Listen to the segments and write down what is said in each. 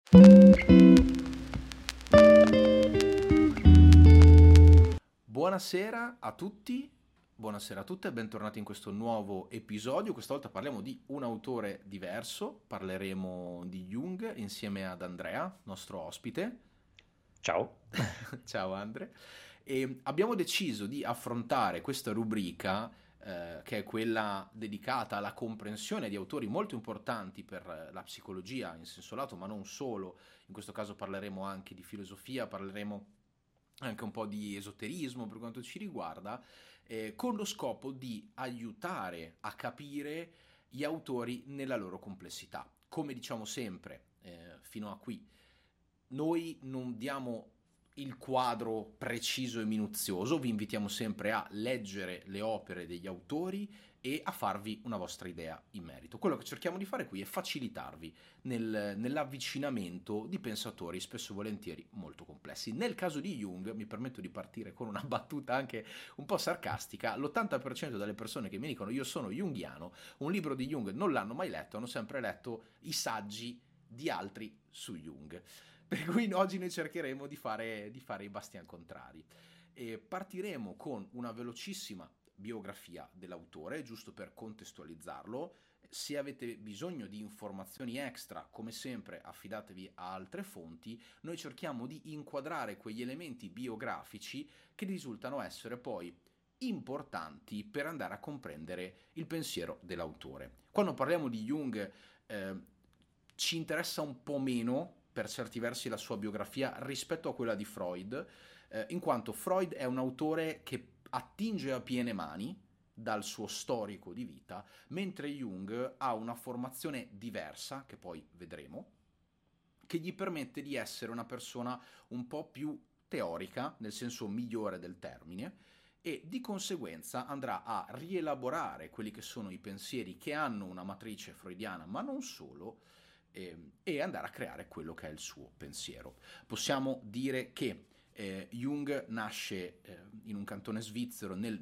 Buonasera a tutti, buonasera a tutte e bentornati in questo nuovo episodio. Questa volta parliamo di un autore diverso, parleremo di Jung insieme ad Andrea, nostro ospite. Ciao. Ciao Andre. E abbiamo deciso di affrontare questa rubrica, che è quella dedicata alla comprensione di autori molto importanti per la psicologia in senso lato, ma non solo. In questo caso parleremo anche di filosofia, parleremo anche un po' di esoterismo per quanto ci riguarda, con lo scopo di aiutare a capire gli autori nella loro complessità. Come diciamo sempre, fino a qui, noi non diamo il quadro preciso e minuzioso, vi invitiamo sempre a leggere le opere degli autori e a farvi una vostra idea in merito. Quello che cerchiamo di fare qui è facilitarvi nell'avvicinamento di pensatori spesso e volentieri molto complessi. Nel caso di Jung, mi permetto di partire con una battuta anche un po' sarcastica, l'80% delle persone che mi dicono io sono junghiano, un libro di Jung non l'hanno mai letto, hanno sempre letto i saggi di altri su Jung. Per cui oggi noi cercheremo di fare i bastian contrari. E partiremo con una velocissima biografia dell'autore, giusto per contestualizzarlo. Se avete bisogno di informazioni extra, come sempre affidatevi a altre fonti. Noi cerchiamo di inquadrare quegli elementi biografici che risultano essere poi importanti per andare a comprendere il pensiero dell'autore. Quando parliamo di Jung ci interessa un po' meno per certi versi la sua biografia rispetto a quella di Freud, in quanto Freud è un autore che attinge a piene mani dal suo storico di vita, mentre Jung ha una formazione diversa, che poi vedremo, che gli permette di essere una persona un po' più teorica, nel senso migliore del termine, e di conseguenza andrà a rielaborare quelli che sono i pensieri che hanno una matrice freudiana, ma non solo, e andare a creare quello che è il suo pensiero. Possiamo dire che Jung nasce in un cantone svizzero nel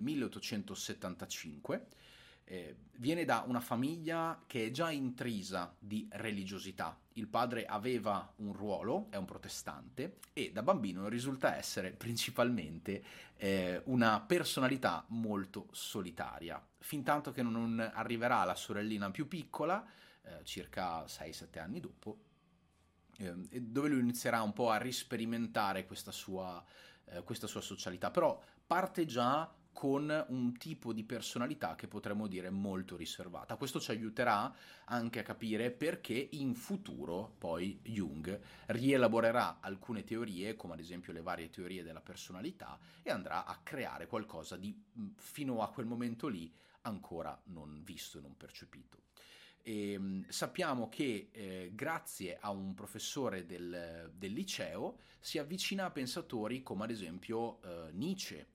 1875, viene da una famiglia che è già intrisa di religiosità. Il padre aveva un ruolo, è un protestante, e da bambino risulta essere principalmente una personalità molto solitaria, fintanto che non arriverà la sorellina più piccola, circa 6-7 anni dopo, dove lui inizierà un po' a risperimentare questa sua socialità, però parte già con un tipo di personalità che potremmo dire molto riservata. Questo ci aiuterà anche a capire perché in futuro poi Jung rielaborerà alcune teorie, come ad esempio le varie teorie della personalità, e andrà a creare qualcosa di fino a quel momento lì ancora non visto e non percepito. Sappiamo che grazie a un professore del liceo si avvicina a pensatori come ad esempio Nietzsche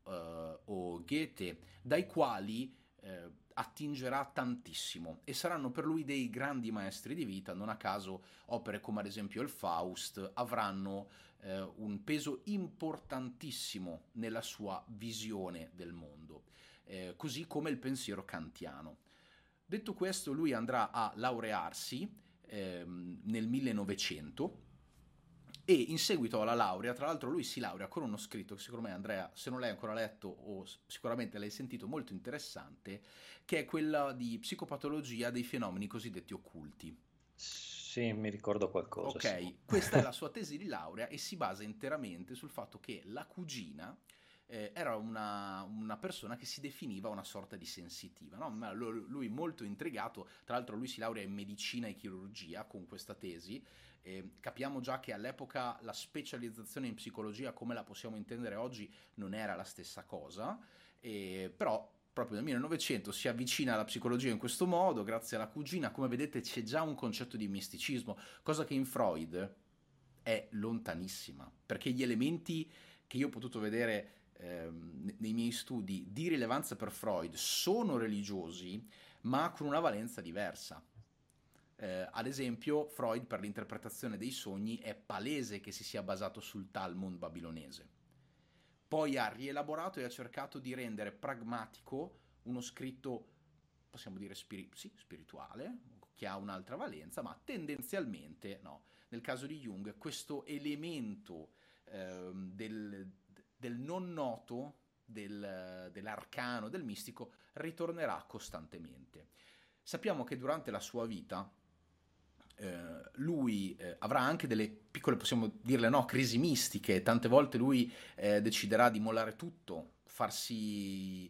o Goethe, dai quali attingerà tantissimo e saranno per lui dei grandi maestri di vita. Non a caso opere come ad esempio il Faust avranno un peso importantissimo nella sua visione del mondo, così come il pensiero kantiano. Detto questo, lui andrà a laurearsi nel 1900 e in seguito alla laurea, tra l'altro lui si laurea con uno scritto che secondo me, Andrea, se non l'hai ancora letto o sicuramente l'hai sentito, molto interessante, che è quella di psicopatologia dei fenomeni cosiddetti occulti. Sì, mi ricordo qualcosa, sì. Ok, questa è la sua tesi di laurea e si basa interamente sul fatto che la cugina era una persona che si definiva una sorta di sensitiva, no? Ma lui molto intrigato, tra l'altro lui si laurea in medicina e chirurgia con questa tesi, capiamo già che all'epoca la specializzazione in psicologia come la possiamo intendere oggi non era la stessa cosa, però proprio nel 1900 si avvicina alla psicologia in questo modo, grazie alla cugina. Come vedete c'è già un concetto di misticismo, cosa che in Freud è lontanissima, perché gli elementi che io ho potuto vedere nei miei studi di rilevanza per Freud sono religiosi, ma con una valenza diversa. Ad esempio, Freud per l'interpretazione dei sogni è palese che si sia basato sul Talmud babilonese. Poi ha rielaborato e ha cercato di rendere pragmatico uno scritto, possiamo dire sì, spirituale, che ha un'altra valenza, ma tendenzialmente no. nel caso di Jung questo elemento del non noto, dell'arcano, del mistico, ritornerà costantemente. Sappiamo che durante la sua vita lui avrà anche delle piccole, possiamo dirle no, crisi mistiche. Tante volte lui deciderà di mollare tutto, farsi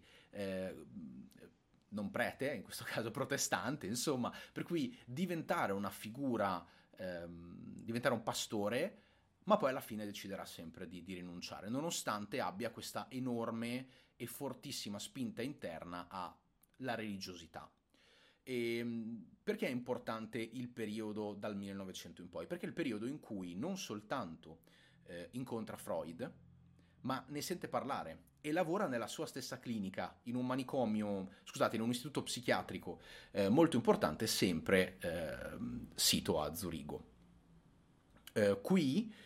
non prete, in questo caso protestante, insomma, per cui diventare una figura, diventare un pastore, ma poi alla fine deciderà sempre di rinunciare, nonostante abbia questa enorme e fortissima spinta interna alla religiosità. Perché è importante il periodo dal 1900 in poi? Perché è il periodo in cui non soltanto incontra Freud, ma ne sente parlare e lavora nella sua stessa clinica, in un manicomio, scusate, in un istituto psichiatrico molto importante, sempre sito a Zurigo. Qui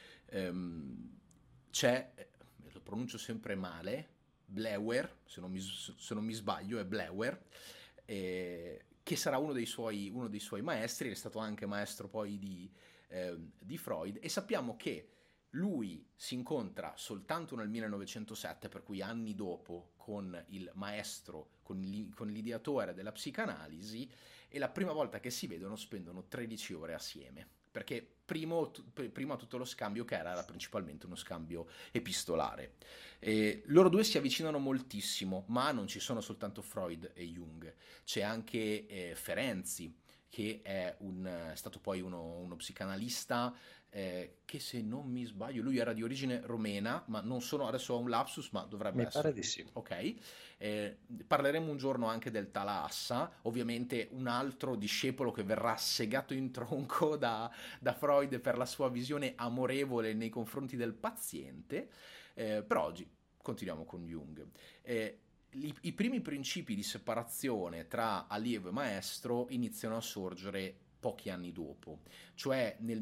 c'è, lo pronuncio sempre male, Bleuer, se non mi sbaglio, è Bleuer, che sarà uno dei suoi maestri, è stato anche maestro poi di Freud, e sappiamo che lui si incontra soltanto nel 1907, per cui anni dopo, con il maestro, con l'ideatore della psicanalisi, e la prima volta che si vedono spendono 13 ore assieme, perché prima tutto lo scambio che era principalmente uno scambio epistolare. Loro due si avvicinano moltissimo, ma non ci sono soltanto Freud e Jung, c'è anche Ferenczi, che è stato poi uno psicanalista che, se non mi sbaglio, lui era di origine romena, ma non sono, adesso ho un lapsus, ma dovrebbe Mi essere. pare di sì. Ok, parleremo un giorno anche del Talassa, ovviamente un altro discepolo che verrà segato in tronco da Freud per la sua visione amorevole nei confronti del paziente, però oggi continuiamo con Jung. I primi principi di separazione tra allievo e maestro iniziano a sorgere pochi anni dopo, cioè nel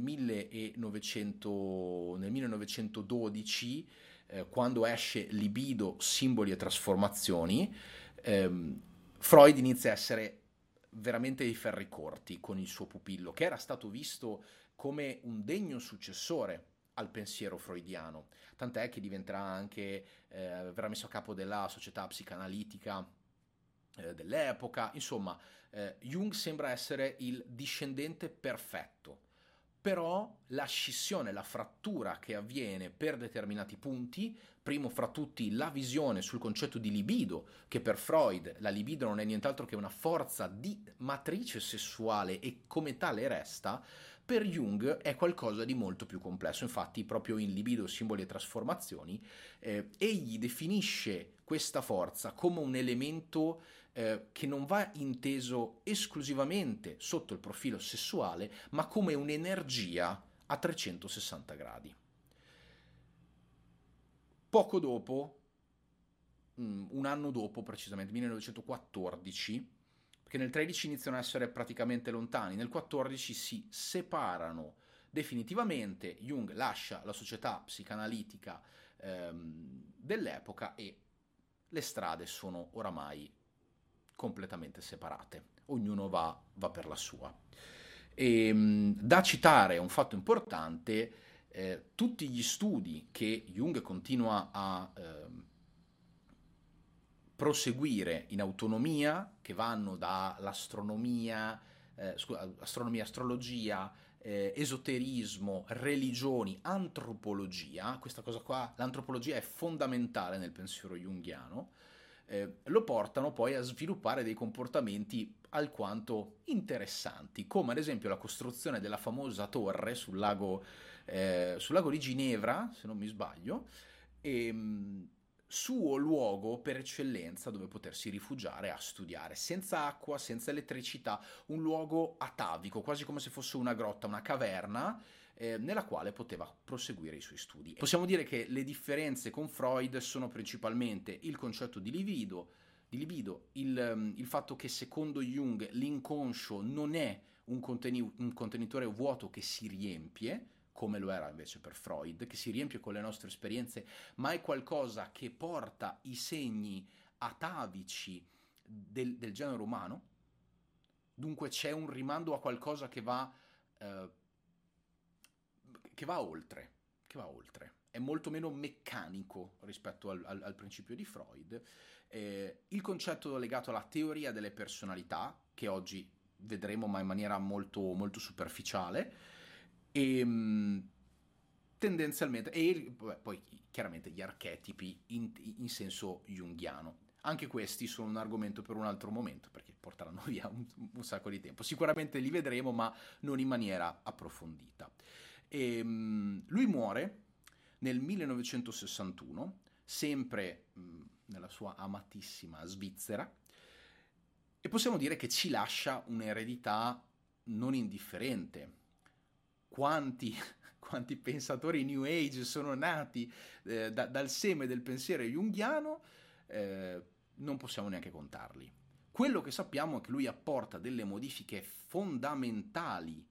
1912, quando esce Libido, simboli e trasformazioni, Freud inizia a essere veramente ai ferri corti con il suo pupillo, che era stato visto come un degno successore al pensiero freudiano, tant'è che diventerà anche, verrà messo a capo della società psicanalitica dell'epoca. Insomma, Jung sembra essere il discendente perfetto, però la scissione, la frattura che avviene per determinati punti, primo fra tutti la visione sul concetto di libido, che per Freud la libido non è nient'altro che una forza di matrice sessuale e come tale resta, per Jung è qualcosa di molto più complesso. Infatti proprio in Libido, simboli e trasformazioni, egli definisce questa forza come un elemento che non va inteso esclusivamente sotto il profilo sessuale, ma come un'energia a 360 gradi. Poco dopo, un anno dopo precisamente, 1914, perché nel 13 iniziano a essere praticamente lontani, nel 14 si separano definitivamente, Jung lascia la società psicanalitica dell'epoca e le strade sono oramai completamente separate, ognuno va per la sua. Da citare un fatto importante, tutti gli studi che Jung continua a proseguire in autonomia, che vanno dall'astronomia, astrologia, esoterismo, religioni, antropologia, questa cosa qua, l'antropologia è fondamentale nel pensiero junghiano, lo portano poi a sviluppare dei comportamenti alquanto interessanti, come ad esempio la costruzione della famosa torre sul lago di Ginevra, se non mi sbaglio, suo luogo per eccellenza dove potersi rifugiare a studiare, senza acqua, senza elettricità, un luogo atavico, quasi come se fosse una grotta, una caverna, nella quale poteva proseguire i suoi studi. Possiamo dire che le differenze con Freud sono principalmente il concetto di libido, il fatto che secondo Jung l'inconscio non è un contenitore vuoto che si riempie, come lo era invece per Freud, che si riempie con le nostre esperienze, ma è qualcosa che porta i segni atavici del genere umano. Dunque c'è un rimando a qualcosa che va che va oltre, è molto meno meccanico rispetto al principio di Freud. Il concetto legato alla teoria delle personalità, che oggi vedremo ma in maniera molto, molto superficiale, e tendenzialmente, poi chiaramente gli archetipi in senso junghiano. Anche questi sono un argomento per un altro momento, perché porteranno via un sacco di tempo. Sicuramente li vedremo, ma non in maniera approfondita. Lui muore nel 1961, sempre nella sua amatissima Svizzera, e possiamo dire che ci lascia un'eredità non indifferente. Quanti pensatori New Age sono nati dal seme del pensiero junghiano, non possiamo neanche contarli. Quello che sappiamo è che lui apporta delle modifiche fondamentali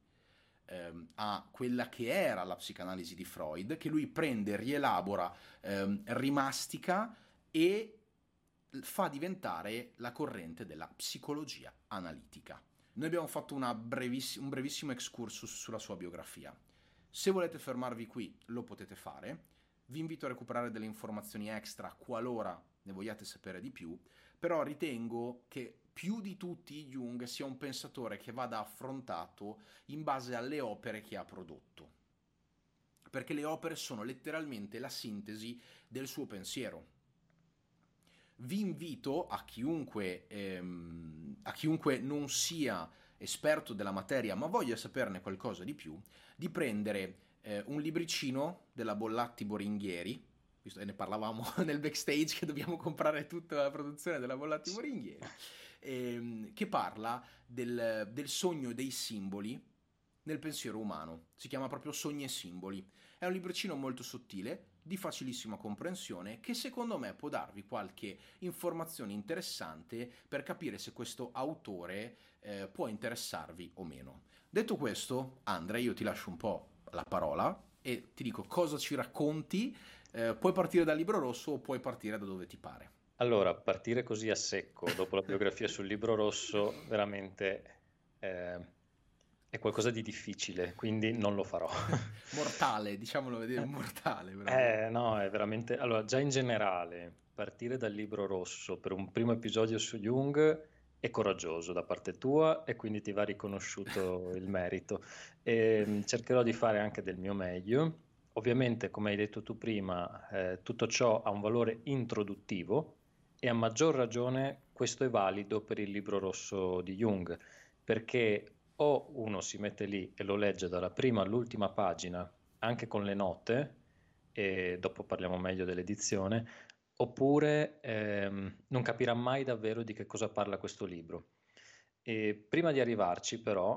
a quella che era la psicanalisi di Freud, che lui prende, rielabora, rimastica e fa diventare la corrente della psicologia analitica. Noi abbiamo fatto un brevissimo excursus sulla sua biografia. Se volete fermarvi qui, lo potete fare. Vi invito a recuperare delle informazioni extra qualora ne vogliate sapere di più, però ritengo che più di tutti Jung sia un pensatore che vada affrontato in base alle opere che ha prodotto, perché le opere sono letteralmente la sintesi del suo pensiero. Vi invito a chiunque non sia esperto della materia ma voglia saperne qualcosa di più, di prendere un libricino della Bollatti Boringhieri, visto che ne parlavamo nel backstage che dobbiamo comprare tutta la produzione della Bollatti Boringhieri, che parla del sogno dei simboli nel pensiero umano. Si chiama proprio Sogni e Simboli. È un libricino molto sottile, di facilissima comprensione, che secondo me può darvi qualche informazione interessante per capire se questo autore può interessarvi o meno. Detto questo, Andrea, io ti lascio un po' la parola e ti dico cosa ci racconti. Puoi partire dal Libro Rosso o puoi partire da dove ti pare. Allora, partire così a secco dopo la biografia sul Libro Rosso veramente è qualcosa di difficile, quindi non lo farò. Mortale, diciamolo vedere, mortale proprio. No, è veramente... Allora, già in generale, partire dal Libro Rosso per un primo episodio su Jung è coraggioso da parte tua e quindi ti va riconosciuto il merito. Cercherò di fare anche del mio meglio. Ovviamente, come hai detto tu prima, tutto ciò ha un valore introduttivo e a maggior ragione questo è valido per il Libro Rosso di Jung, perché o uno si mette lì e lo legge dalla prima all'ultima pagina anche con le note, e dopo parliamo meglio dell'edizione, oppure non capirà mai davvero di che cosa parla questo libro. E prima di arrivarci, però,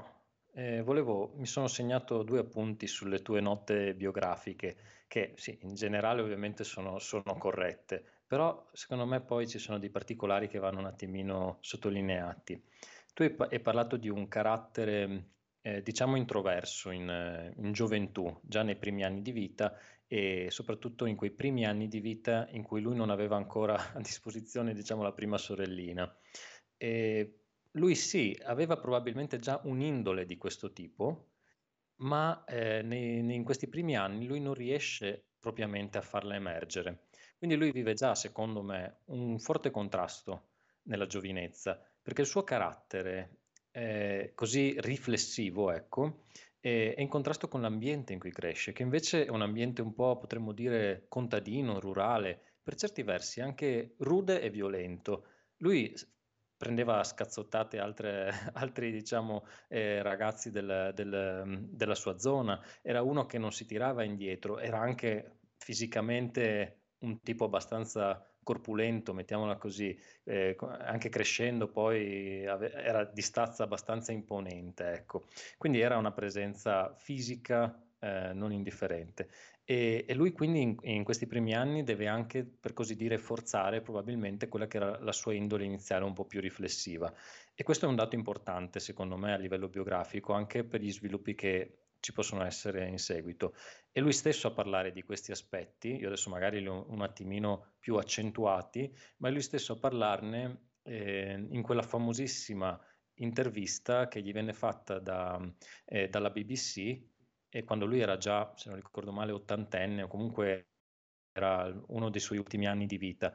mi sono segnato due appunti sulle tue note biografiche, che sì, in generale ovviamente sono corrette, però secondo me poi ci sono dei particolari che vanno un attimino sottolineati. Tu hai parlato di un carattere, diciamo, introverso in gioventù, già nei primi anni di vita e soprattutto in quei primi anni di vita in cui lui non aveva ancora a disposizione, diciamo, la prima sorellina. E lui sì, aveva probabilmente già un'indole di questo tipo, ma in questi primi anni lui non riesce propriamente a farla emergere. Quindi lui vive già, secondo me, un forte contrasto nella giovinezza, perché il suo carattere così riflessivo, ecco, è in contrasto con l'ambiente in cui cresce, che invece è un ambiente un po', potremmo dire, contadino, rurale, per certi versi anche rude e violento. Lui prendeva a scazzottate altri, diciamo, ragazzi della sua zona, era uno che non si tirava indietro, era anche fisicamente un tipo abbastanza corpulento, mettiamola così, anche crescendo poi era di stazza abbastanza imponente, ecco. Quindi era una presenza fisica non indifferente. E lui quindi in questi primi anni deve anche, per così dire, forzare probabilmente quella che era la sua indole iniziale un po' più riflessiva. E questo è un dato importante, secondo me, a livello biografico, anche per gli sviluppi che ci possono essere in seguito. E lui stesso a parlare di questi aspetti, io adesso magari li ho un attimino più accentuati, ma è lui stesso a parlarne in quella famosissima intervista che gli venne fatta dalla BBC, e quando lui era già, se non ricordo male, ottantenne, o comunque era uno dei suoi ultimi anni di vita,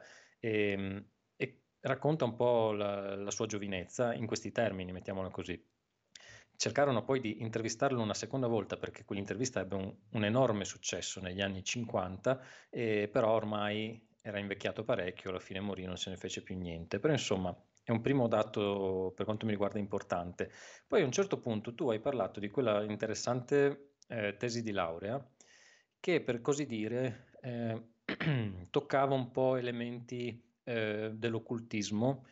e racconta un po' la sua giovinezza in questi termini, mettiamola così. Cercarono poi di intervistarlo una seconda volta perché quell'intervista ebbe un enorme successo negli anni 50, però ormai era invecchiato parecchio, alla fine morì, non se ne fece più niente. Però insomma è un primo dato per quanto mi riguarda importante. Poi a un certo punto tu hai parlato di quella interessante tesi di laurea che per così dire toccava un po' elementi dell'occultismo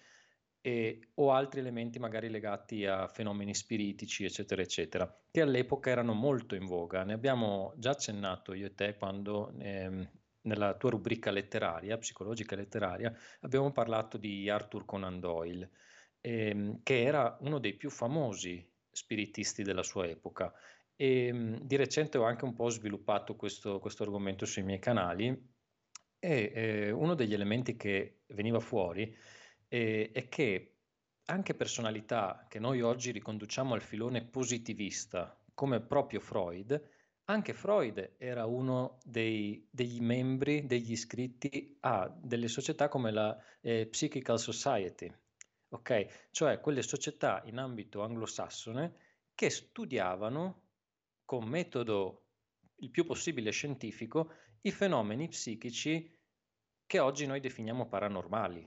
o altri elementi magari legati a fenomeni spiritici, eccetera, eccetera, che all'epoca erano molto in voga. Ne abbiamo già accennato io e te quando nella tua rubrica letteraria, psicologica letteraria, abbiamo parlato di Arthur Conan Doyle, che era uno dei più famosi spiritisti della sua epoca. Di recente ho anche un po' sviluppato questo argomento sui miei canali e uno degli elementi che veniva fuori è che anche personalità che noi oggi riconduciamo al filone positivista, come proprio Freud, anche Freud era uno degli membri, degli iscritti a delle società come la Psychical Society, ok? Cioè quelle società in ambito anglosassone che studiavano con metodo il più possibile scientifico i fenomeni psichici che oggi noi definiamo paranormali.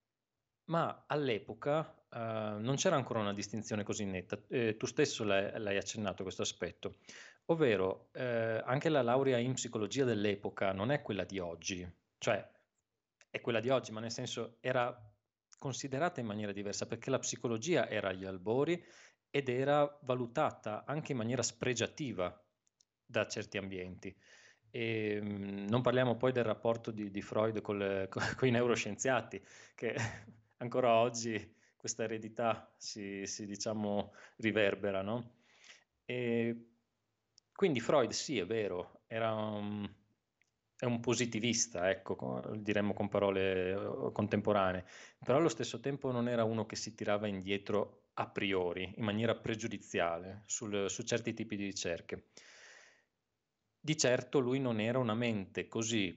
Ma all'epoca non c'era ancora una distinzione così netta. Tu stesso l'hai accennato a questo aspetto, ovvero anche la laurea in psicologia dell'epoca non è quella di oggi, cioè è quella di oggi, ma nel senso era considerata in maniera diversa perché la psicologia era agli albori ed era valutata anche in maniera spregiativa da certi ambienti. E, non parliamo poi del rapporto di Freud con i neuroscienziati, che ancora oggi questa eredità si diciamo riverbera, no? E quindi Freud sì, è vero, è un positivista, ecco, diremmo con parole contemporanee, però allo stesso tempo non era uno che si tirava indietro a priori, in maniera pregiudiziale, su certi tipi di ricerche. Di certo lui non era una mente così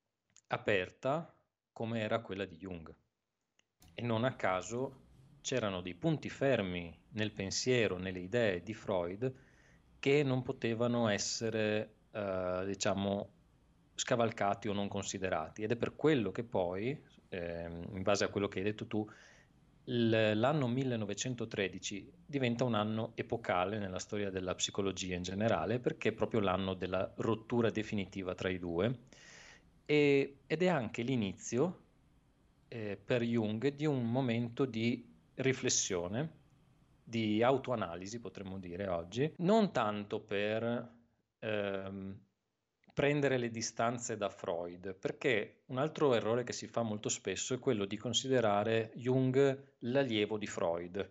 aperta come era quella di Jung. E non a caso c'erano dei punti fermi nel pensiero, nelle idee di Freud che non potevano essere, diciamo, scavalcati o non considerati. Ed è per quello che poi, in base a quello che hai detto tu, l'anno 1913 diventa un anno epocale nella storia della psicologia in generale, perché è proprio l'anno della rottura definitiva tra i due ed è anche l'inizio per Jung di un momento di riflessione, di autoanalisi, potremmo dire oggi, non tanto per ehm, prendere le distanze da Freud, perché un altro errore che si fa molto spesso è quello di considerare Jung l'allievo di Freud.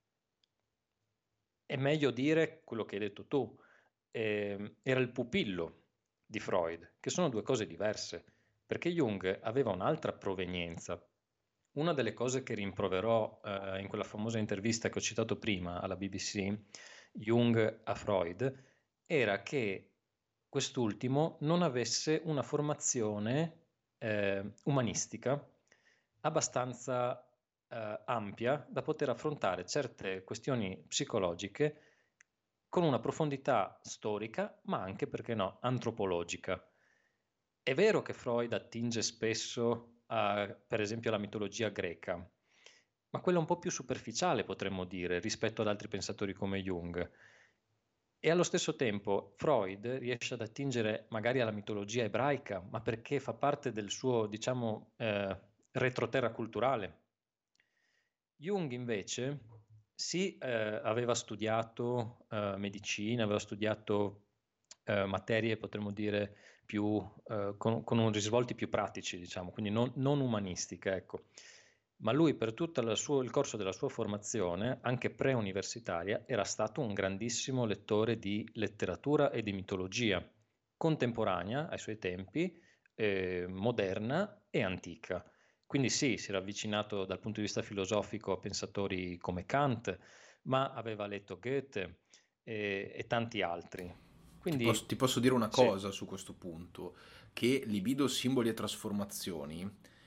È meglio dire quello che hai detto tu, era il pupillo di Freud, che sono due cose diverse, perché Jung aveva un'altra provenienza. Una delle cose che rimproverò in quella famosa intervista che ho citato prima alla BBC, Jung a Freud, era che quest'ultimo non avesse una formazione umanistica abbastanza ampia da poter affrontare certe questioni psicologiche con una profondità storica, ma anche, perché no, antropologica. È vero che Freud attinge spesso a, per esempio, alla mitologia greca, ma quella un po' più superficiale, potremmo dire, rispetto ad altri pensatori come Jung. E allo stesso tempo Freud riesce ad attingere magari alla mitologia ebraica, ma perché fa parte del suo, diciamo, retroterra culturale. Jung invece sì, aveva studiato medicina, aveva studiato materie, potremmo dire, più, con un risvolti più pratici, diciamo, quindi non umanistiche, ecco. Ma lui per tutto il corso della sua formazione, anche pre-universitaria, era stato un grandissimo lettore di letteratura e di mitologia contemporanea ai suoi tempi, moderna e antica. Quindi sì, si era avvicinato dal punto di vista filosofico a pensatori come Kant, ma aveva letto Goethe e tanti altri. Quindi Ti posso dire una sì, cosa su questo punto, che libido, simboli e trasformazioni,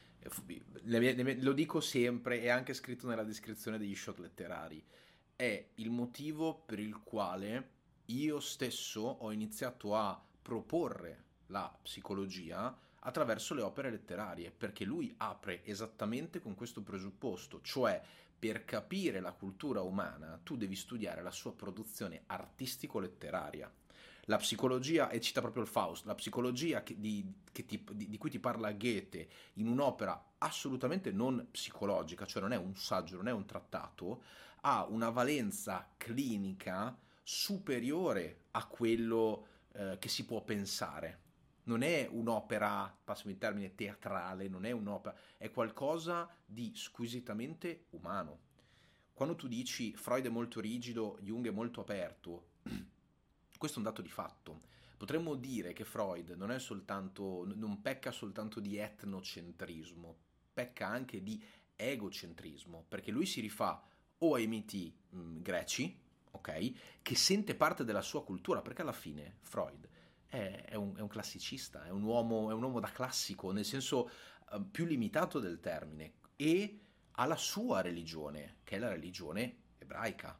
lo dico sempre, è anche scritto nella descrizione degli shot letterari, è il motivo per il quale io stesso ho iniziato a proporre la psicologia attraverso le opere letterarie, perché lui apre esattamente con questo presupposto, cioè per capire la cultura umana tu devi studiare la sua produzione artistico-letteraria. La psicologia, e cita proprio il Faust, la psicologia di cui ti parla Goethe in un'opera assolutamente non psicologica, cioè non è un saggio, non è un trattato, ha una valenza clinica superiore a quello che si può pensare. Non è un'opera, passami il termine, teatrale, non è un'opera, è qualcosa di squisitamente umano. Quando tu dici Freud è molto rigido, Jung è molto aperto, questo è un dato di fatto. Potremmo dire che Freud non pecca soltanto di etnocentrismo, pecca anche di egocentrismo, perché lui si rifà o ai miti greci, ok, che sente parte della sua cultura, perché alla fine Freud è un classicista, è un uomo da classico, nel senso più limitato del termine, e ha la sua religione, che è la religione ebraica.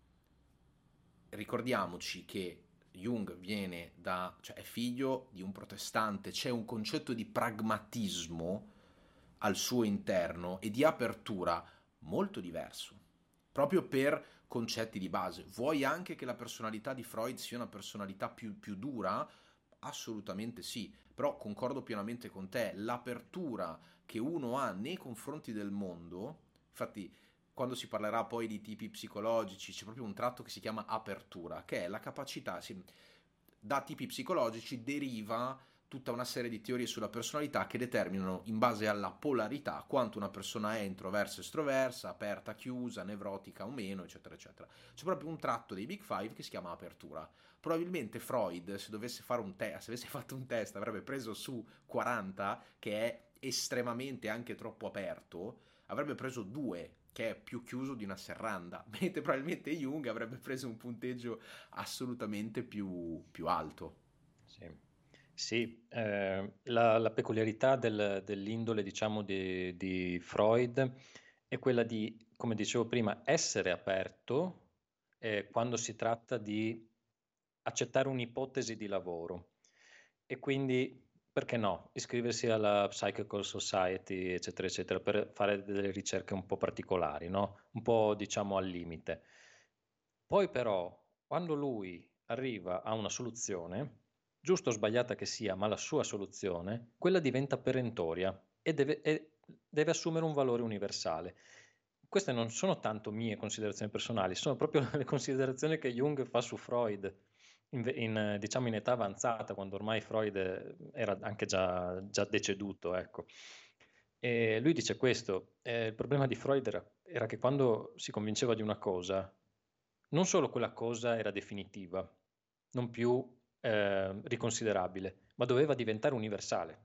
Ricordiamoci che Jung cioè è figlio di un protestante, c'è un concetto di pragmatismo al suo interno e di apertura molto diverso, proprio per concetti di base. Vuoi anche che la personalità di Freud sia una personalità più dura? Assolutamente sì, però concordo pienamente con te, l'apertura che uno ha nei confronti del mondo, infatti quando si parlerà poi di tipi psicologici, c'è proprio un tratto che si chiama apertura, che è la capacità, da tipi psicologici deriva tutta una serie di teorie sulla personalità che determinano in base alla polarità quanto una persona è introversa, estroversa, aperta, chiusa, nevrotica o meno, eccetera, eccetera. C'è proprio un tratto dei Big Five che si chiama apertura. Probabilmente Freud, se dovesse fare un test, se avesse fatto un test, avrebbe preso su 40, che è estremamente anche troppo aperto, avrebbe preso 2, che è più chiuso di una serranda, mentre probabilmente Jung avrebbe preso un punteggio assolutamente più alto. sì. Sì, la peculiarità dell'indole, diciamo, di Freud è quella di, come dicevo prima, essere aperto quando si tratta di accettare un'ipotesi di lavoro e quindi, perché no, iscriversi alla Psychical Society, eccetera, eccetera, per fare delle ricerche un po' particolari, no? Un po', diciamo, al limite. Poi però, quando lui arriva a una soluzione, giusta o sbagliata che sia, ma la sua soluzione, quella diventa perentoria e deve assumere un valore universale. Queste non sono tanto mie considerazioni personali, sono proprio le considerazioni che Jung fa su Freud, diciamo in età avanzata, quando ormai Freud era anche già deceduto, ecco. E lui dice questo, il problema di Freud era che quando si convinceva di una cosa, non solo quella cosa era definitiva, non più riconsiderabile, ma doveva diventare universale.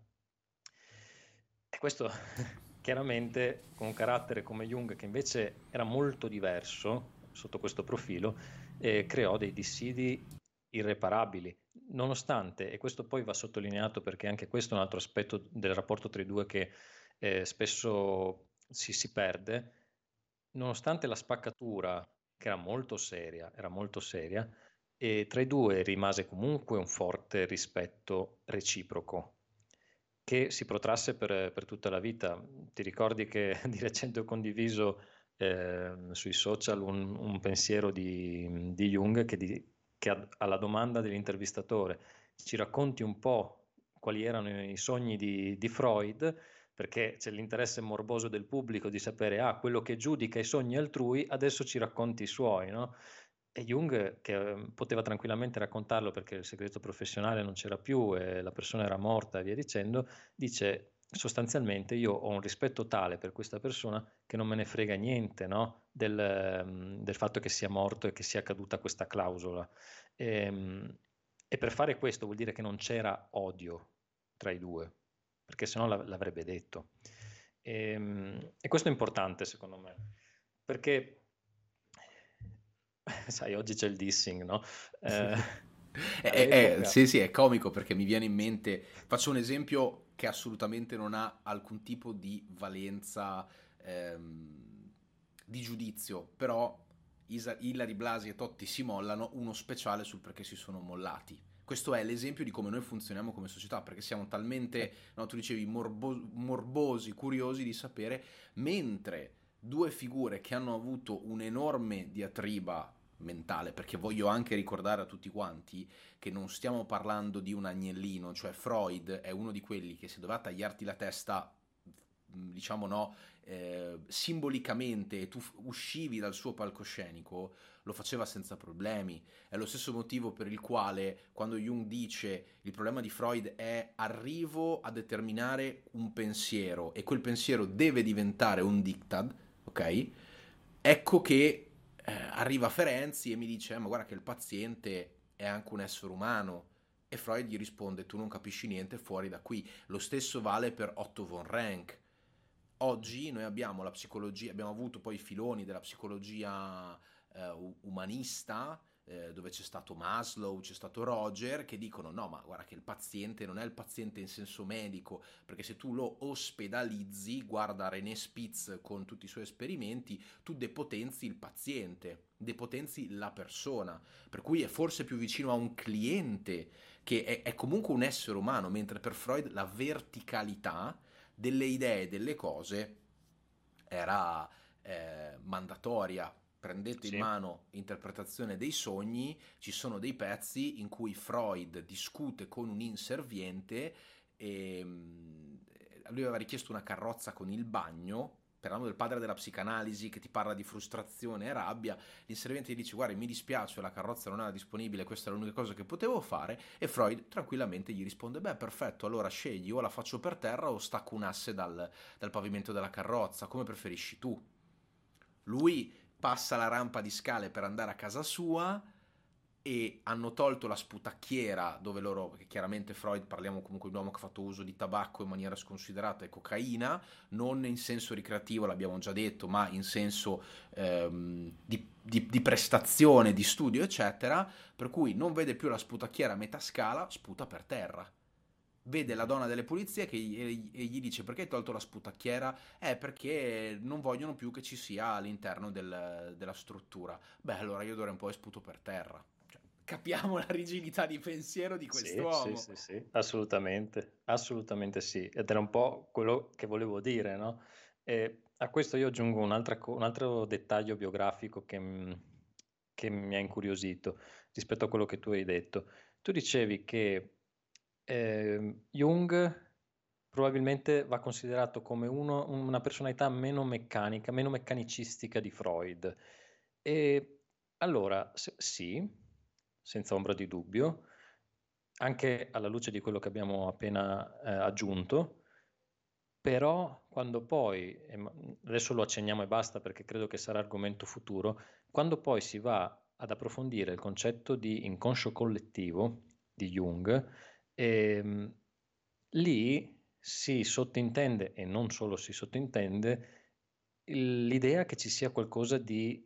E questo chiaramente con un carattere come Jung, che invece era molto diverso sotto questo profilo, creò dei dissidi irreparabili, nonostante, e questo poi va sottolineato perché anche questo è un altro aspetto del rapporto tra i due che spesso si perde, nonostante la spaccatura, che era molto seria, e tra i due rimase comunque un forte rispetto reciproco che si protrasse per tutta la vita. Ti ricordi che di recente ho condiviso sui social un pensiero di Jung che alla domanda dell'intervistatore ci racconti un po' quali erano i sogni di Freud, perché c'è l'interesse morboso del pubblico di sapere, quello che giudica i sogni altrui, adesso ci racconti i suoi, no? E Jung, che poteva tranquillamente raccontarlo perché il segreto professionale non c'era più e la persona era morta e via dicendo, dice sostanzialmente io ho un rispetto tale per questa persona che non me ne frega niente, no? Del fatto che sia morto e che sia caduta questa clausola. E per fare questo vuol dire che non c'era odio tra i due, perché sennò l'avrebbe detto. E questo è importante secondo me, perché sai, oggi c'è il dissing, no? Eh, all'epoca. Sì, sì, è comico perché mi viene in mente, faccio un esempio che assolutamente non ha alcun tipo di valenza di giudizio, però Ilari Blasi e Totti si mollano, uno speciale sul perché si sono mollati. Questo è l'esempio di come noi funzioniamo come società, perché siamo talmente, no, tu dicevi, morbosi, curiosi di sapere, mentre due figure che hanno avuto un'enorme diatriba mentale, perché voglio anche ricordare a tutti quanti che non stiamo parlando di un agnellino, cioè Freud è uno di quelli che se doveva tagliarti la testa, diciamo no, simbolicamente e tu uscivi dal suo palcoscenico, lo faceva senza problemi. È lo stesso motivo per il quale quando Jung dice il problema di Freud è arrivo a determinare un pensiero e quel pensiero deve diventare un diktat, ok? Ecco che arriva Ferenzi e mi dice ma guarda che il paziente è anche un essere umano e Freud gli risponde tu non capisci niente fuori da qui. Lo stesso vale per Otto von Rank. Oggi noi abbiamo la psicologia, abbiamo avuto poi i filoni della psicologia umanista, dove c'è stato Maslow, c'è stato Roger, che dicono no, ma guarda che il paziente non è il paziente in senso medico, perché se tu lo ospedalizzi, guarda René Spitz con tutti i suoi esperimenti, tu depotenzi il paziente, depotenzi la persona, per cui è forse più vicino a un cliente che è comunque un essere umano, mentre per Freud la verticalità delle idee, delle cose era mandatoria. Prendete in Sì. mano interpretazione dei sogni, ci sono dei pezzi in cui Freud discute con un inserviente e lui aveva richiesto una carrozza con il bagno, parlando del padre della psicanalisi che ti parla di frustrazione e rabbia, l'inserviente gli dice guarda mi dispiace la carrozza non era disponibile, questa è l'unica cosa che potevo fare e Freud tranquillamente gli risponde beh perfetto allora scegli o la faccio per terra o stacco un asse dal pavimento della carrozza, come preferisci tu. Lui passa la rampa di scale per andare a casa sua e hanno tolto la sputacchiera dove loro, perché chiaramente Freud parliamo comunque di un uomo che ha fatto uso di tabacco in maniera sconsiderata e cocaina, non in senso ricreativo l'abbiamo già detto, ma in senso di prestazione, di studio eccetera, per cui non vede più la sputacchiera a metà scala, sputa per terra. Vede la donna delle pulizie che gli dice perché hai tolto la sputacchiera? Perché non vogliono più che ci sia all'interno della struttura. Beh, allora io d'ora in poi sputo per terra. Cioè, capiamo la rigidità di pensiero di Sì, sì, quest'uomo. sì, sì, assolutamente, assolutamente sì. Ed era un po' quello che volevo dire, no? E a questo io aggiungo un altro dettaglio biografico che mi ha incuriosito rispetto a quello che tu hai detto. Tu dicevi che Jung probabilmente va considerato come una personalità meno meccanica, meno meccanicistica di Freud. E allora, sì, senza ombra di dubbio, anche alla luce di quello che abbiamo appena aggiunto, però quando poi, adesso lo accenniamo e basta perché credo che sarà argomento futuro, quando poi si va ad approfondire il concetto di inconscio collettivo di Jung, ehm, lì si sottintende, e non solo si sottintende, l'idea che ci sia qualcosa di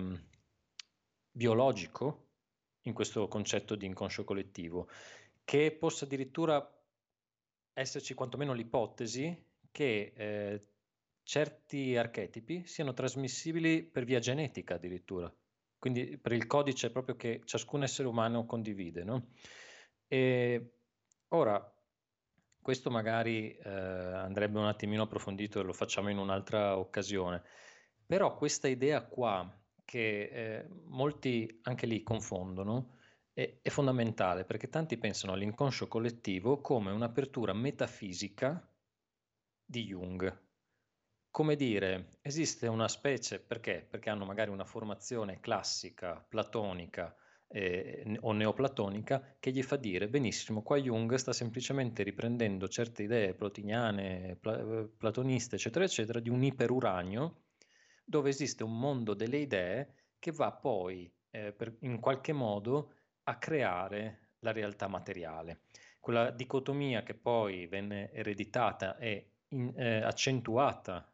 biologico in questo concetto di inconscio collettivo, che possa addirittura esserci quantomeno l'ipotesi che certi archetipi siano trasmissibili per via genetica addirittura, quindi per il codice proprio che ciascun essere umano condivide, no? E ora, questo magari andrebbe un attimino approfondito e lo facciamo in un'altra occasione, però questa idea qua che molti anche lì confondono è fondamentale perché tanti pensano all'inconscio collettivo come un'apertura metafisica di Jung. Come dire, esiste una specie, perché? Perché hanno magari una formazione classica, platonica o neoplatonica, che gli fa dire, benissimo, qua Jung sta semplicemente riprendendo certe idee plotiniane, platoniste, eccetera, eccetera, di un iperuranio, dove esiste un mondo delle idee che va poi, in qualche modo, a creare la realtà materiale. Quella dicotomia che poi venne ereditata e accentuata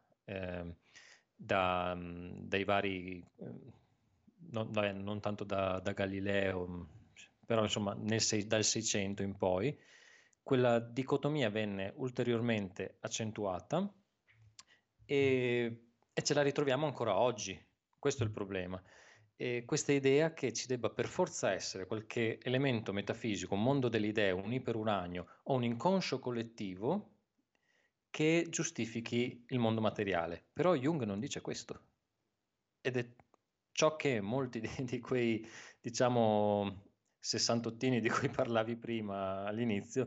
dai vari, non tanto da Galileo, però insomma dal 600 in poi, quella dicotomia venne ulteriormente accentuata e ce la ritroviamo ancora oggi. Questo è il problema. E questa idea che ci debba per forza essere qualche elemento metafisico, un mondo delle idee, un iperuranio o un inconscio collettivo che giustifichi il mondo materiale. Però Jung non dice questo. Ed è ciò che molti di quei, diciamo, sessantottini di cui parlavi prima all'inizio,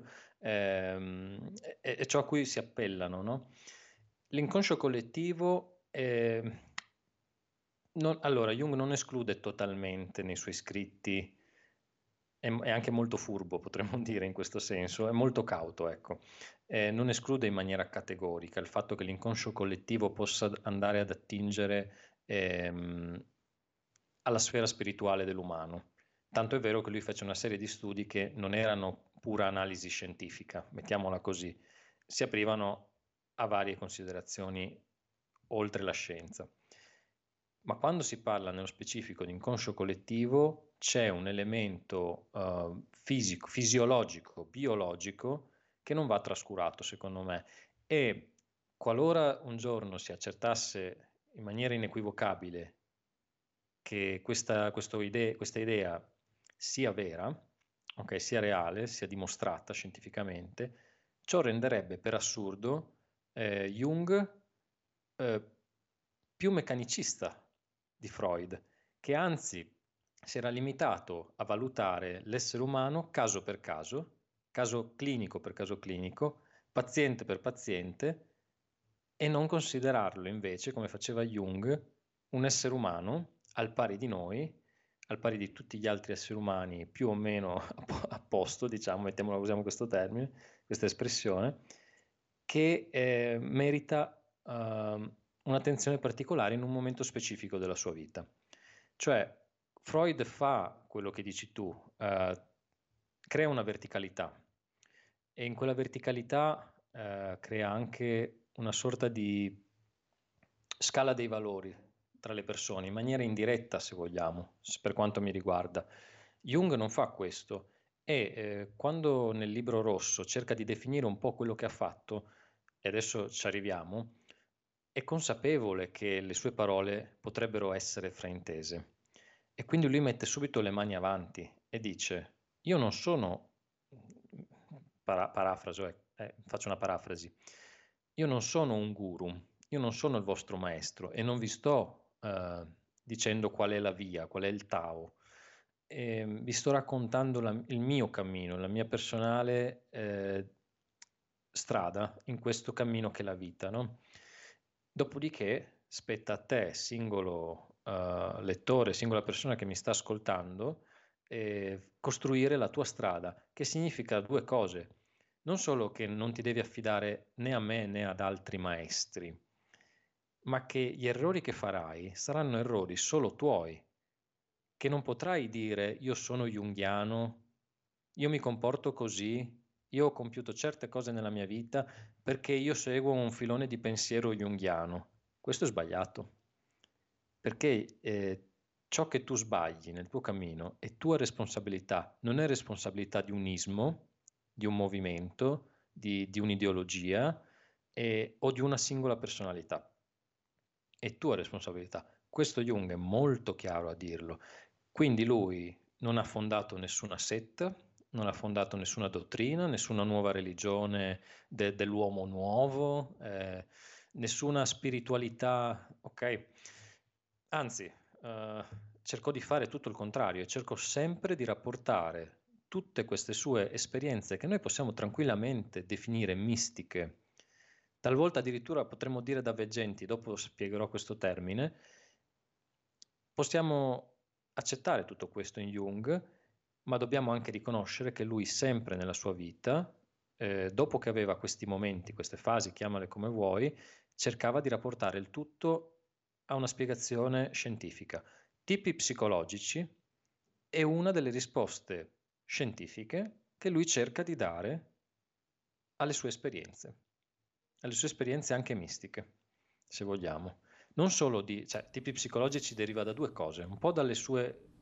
è ciò a cui si appellano, no? L'inconscio collettivo, allora, Jung non esclude totalmente nei suoi scritti, è anche molto furbo, potremmo dire in questo senso, è molto cauto, ecco. Non esclude in maniera categorica il fatto che l'inconscio collettivo possa andare ad attingere alla sfera spirituale dell'umano. Tanto è vero che lui fece una serie di studi che non erano pura analisi scientifica, mettiamola così, si aprivano a varie considerazioni oltre la scienza. Ma quando si parla nello specifico di inconscio collettivo c'è un elemento fisico, fisiologico, biologico che non va trascurato, secondo me. E qualora un giorno si accertasse in maniera inequivocabile che questa idea sia vera, okay, sia reale, sia dimostrata scientificamente, ciò renderebbe per assurdo Jung più meccanicista di Freud, che anzi si era limitato a valutare l'essere umano caso per caso clinico per caso clinico, paziente per paziente, e non considerarlo invece, come faceva Jung, un essere umano al pari di noi, al pari di tutti gli altri esseri umani più o meno a posto, diciamo, usiamo questo termine, questa espressione, che merita un'attenzione particolare in un momento specifico della sua vita. Cioè, Freud fa quello che dici tu, crea una verticalità e in quella verticalità crea anche una sorta di scala dei valori tra le persone, in maniera indiretta, se vogliamo, per quanto mi riguarda. Jung non fa questo e quando nel libro rosso cerca di definire un po' quello che ha fatto, e adesso ci arriviamo, è consapevole che le sue parole potrebbero essere fraintese. E quindi lui mette subito le mani avanti e dice, io non sono, faccio una parafrasi, io non sono un guru, io non sono il vostro maestro e non vi sto dicendo qual è la via, qual è il Tao. Vi sto raccontando il mio cammino, la mia personale strada in questo cammino che è la vita, no? Dopodiché spetta a te, singolo lettore, singola persona che mi sta ascoltando, costruire la tua strada, che significa due cose. Non solo che non ti devi affidare né a me né ad altri maestri, ma che gli errori che farai saranno errori solo tuoi, che non potrai dire io sono junghiano, io mi comporto così, io ho compiuto certe cose nella mia vita perché io seguo un filone di pensiero junghiano. Questo è sbagliato, perché ciò che tu sbagli nel tuo cammino è tua responsabilità, non è responsabilità di un ismo, di un movimento, di un'ideologia o di una singola personalità. È tua responsabilità. Questo Jung è molto chiaro a dirlo. Quindi lui non ha fondato nessuna setta, non ha fondato nessuna dottrina, nessuna nuova religione dell'uomo nuovo, nessuna spiritualità, ok? Anzi, cercò di fare tutto il contrario e cercò sempre di rapportare tutte queste sue esperienze che noi possiamo tranquillamente definire mistiche, talvolta addirittura potremmo dire da veggenti, dopo spiegherò questo termine, possiamo accettare tutto questo in Jung, ma dobbiamo anche riconoscere che lui sempre nella sua vita, dopo che aveva questi momenti, queste fasi, chiamale come vuoi, cercava di rapportare il tutto a una spiegazione scientifica. Tipi psicologici è una delle risposte scientifiche che lui cerca di dare alle sue esperienze anche mistiche, se vogliamo. Non solo tipi psicologici deriva da due cose, un po' dalle sue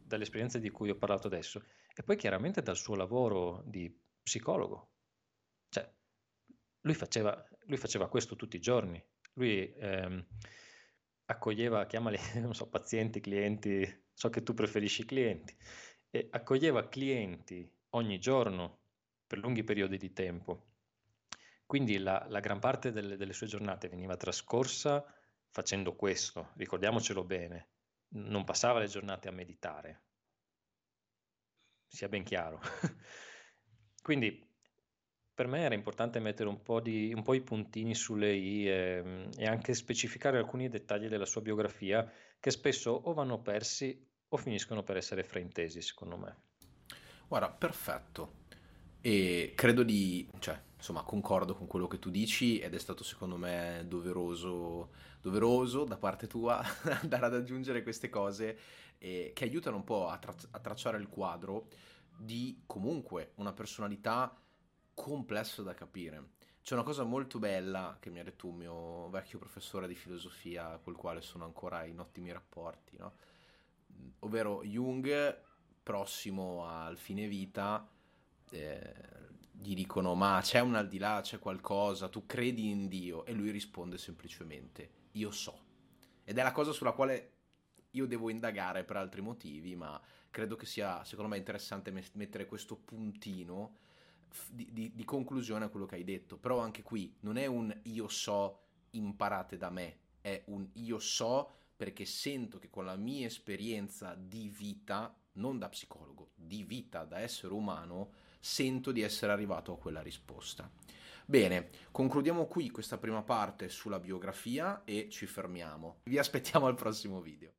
dalle esperienze di cui ho parlato adesso, e poi chiaramente dal suo lavoro di psicologo. Cioè, lui faceva questo tutti i giorni. Lui accoglieva, chiamali, non so, pazienti, clienti, so che tu preferisci clienti, e accoglieva clienti ogni giorno per lunghi periodi di tempo. Quindi la gran parte delle sue giornate veniva trascorsa facendo questo, ricordiamocelo bene, non passava le giornate a meditare, sia ben chiaro. Quindi per me era importante mettere un po' i puntini sulle i e anche specificare alcuni dettagli della sua biografia che spesso o vanno persi o finiscono per essere fraintesi, secondo me. Guarda, perfetto. E credo di, cioè, insomma, concordo con quello che tu dici ed è stato secondo me doveroso da parte tua andare ad aggiungere queste cose che aiutano un po' a tracciare il quadro di comunque una personalità complessa da capire. C'è una cosa molto bella che mi ha detto un mio vecchio professore di filosofia col quale sono ancora in ottimi rapporti, no? Ovvero Jung, prossimo al fine vita, gli dicono ma c'è un al di là, c'è qualcosa, tu credi in Dio? E lui risponde semplicemente io so. Ed è la cosa sulla quale io devo indagare per altri motivi, ma credo che sia secondo me interessante mettere questo puntino di conclusione a quello che hai detto. Però anche qui non è un io so, imparate da me, è un io so perché sento che con la mia esperienza di vita, non da psicologo, di vita da essere umano, sento di essere arrivato a quella risposta. Bene, concludiamo qui questa prima parte sulla biografia e ci fermiamo. Vi aspettiamo al prossimo video.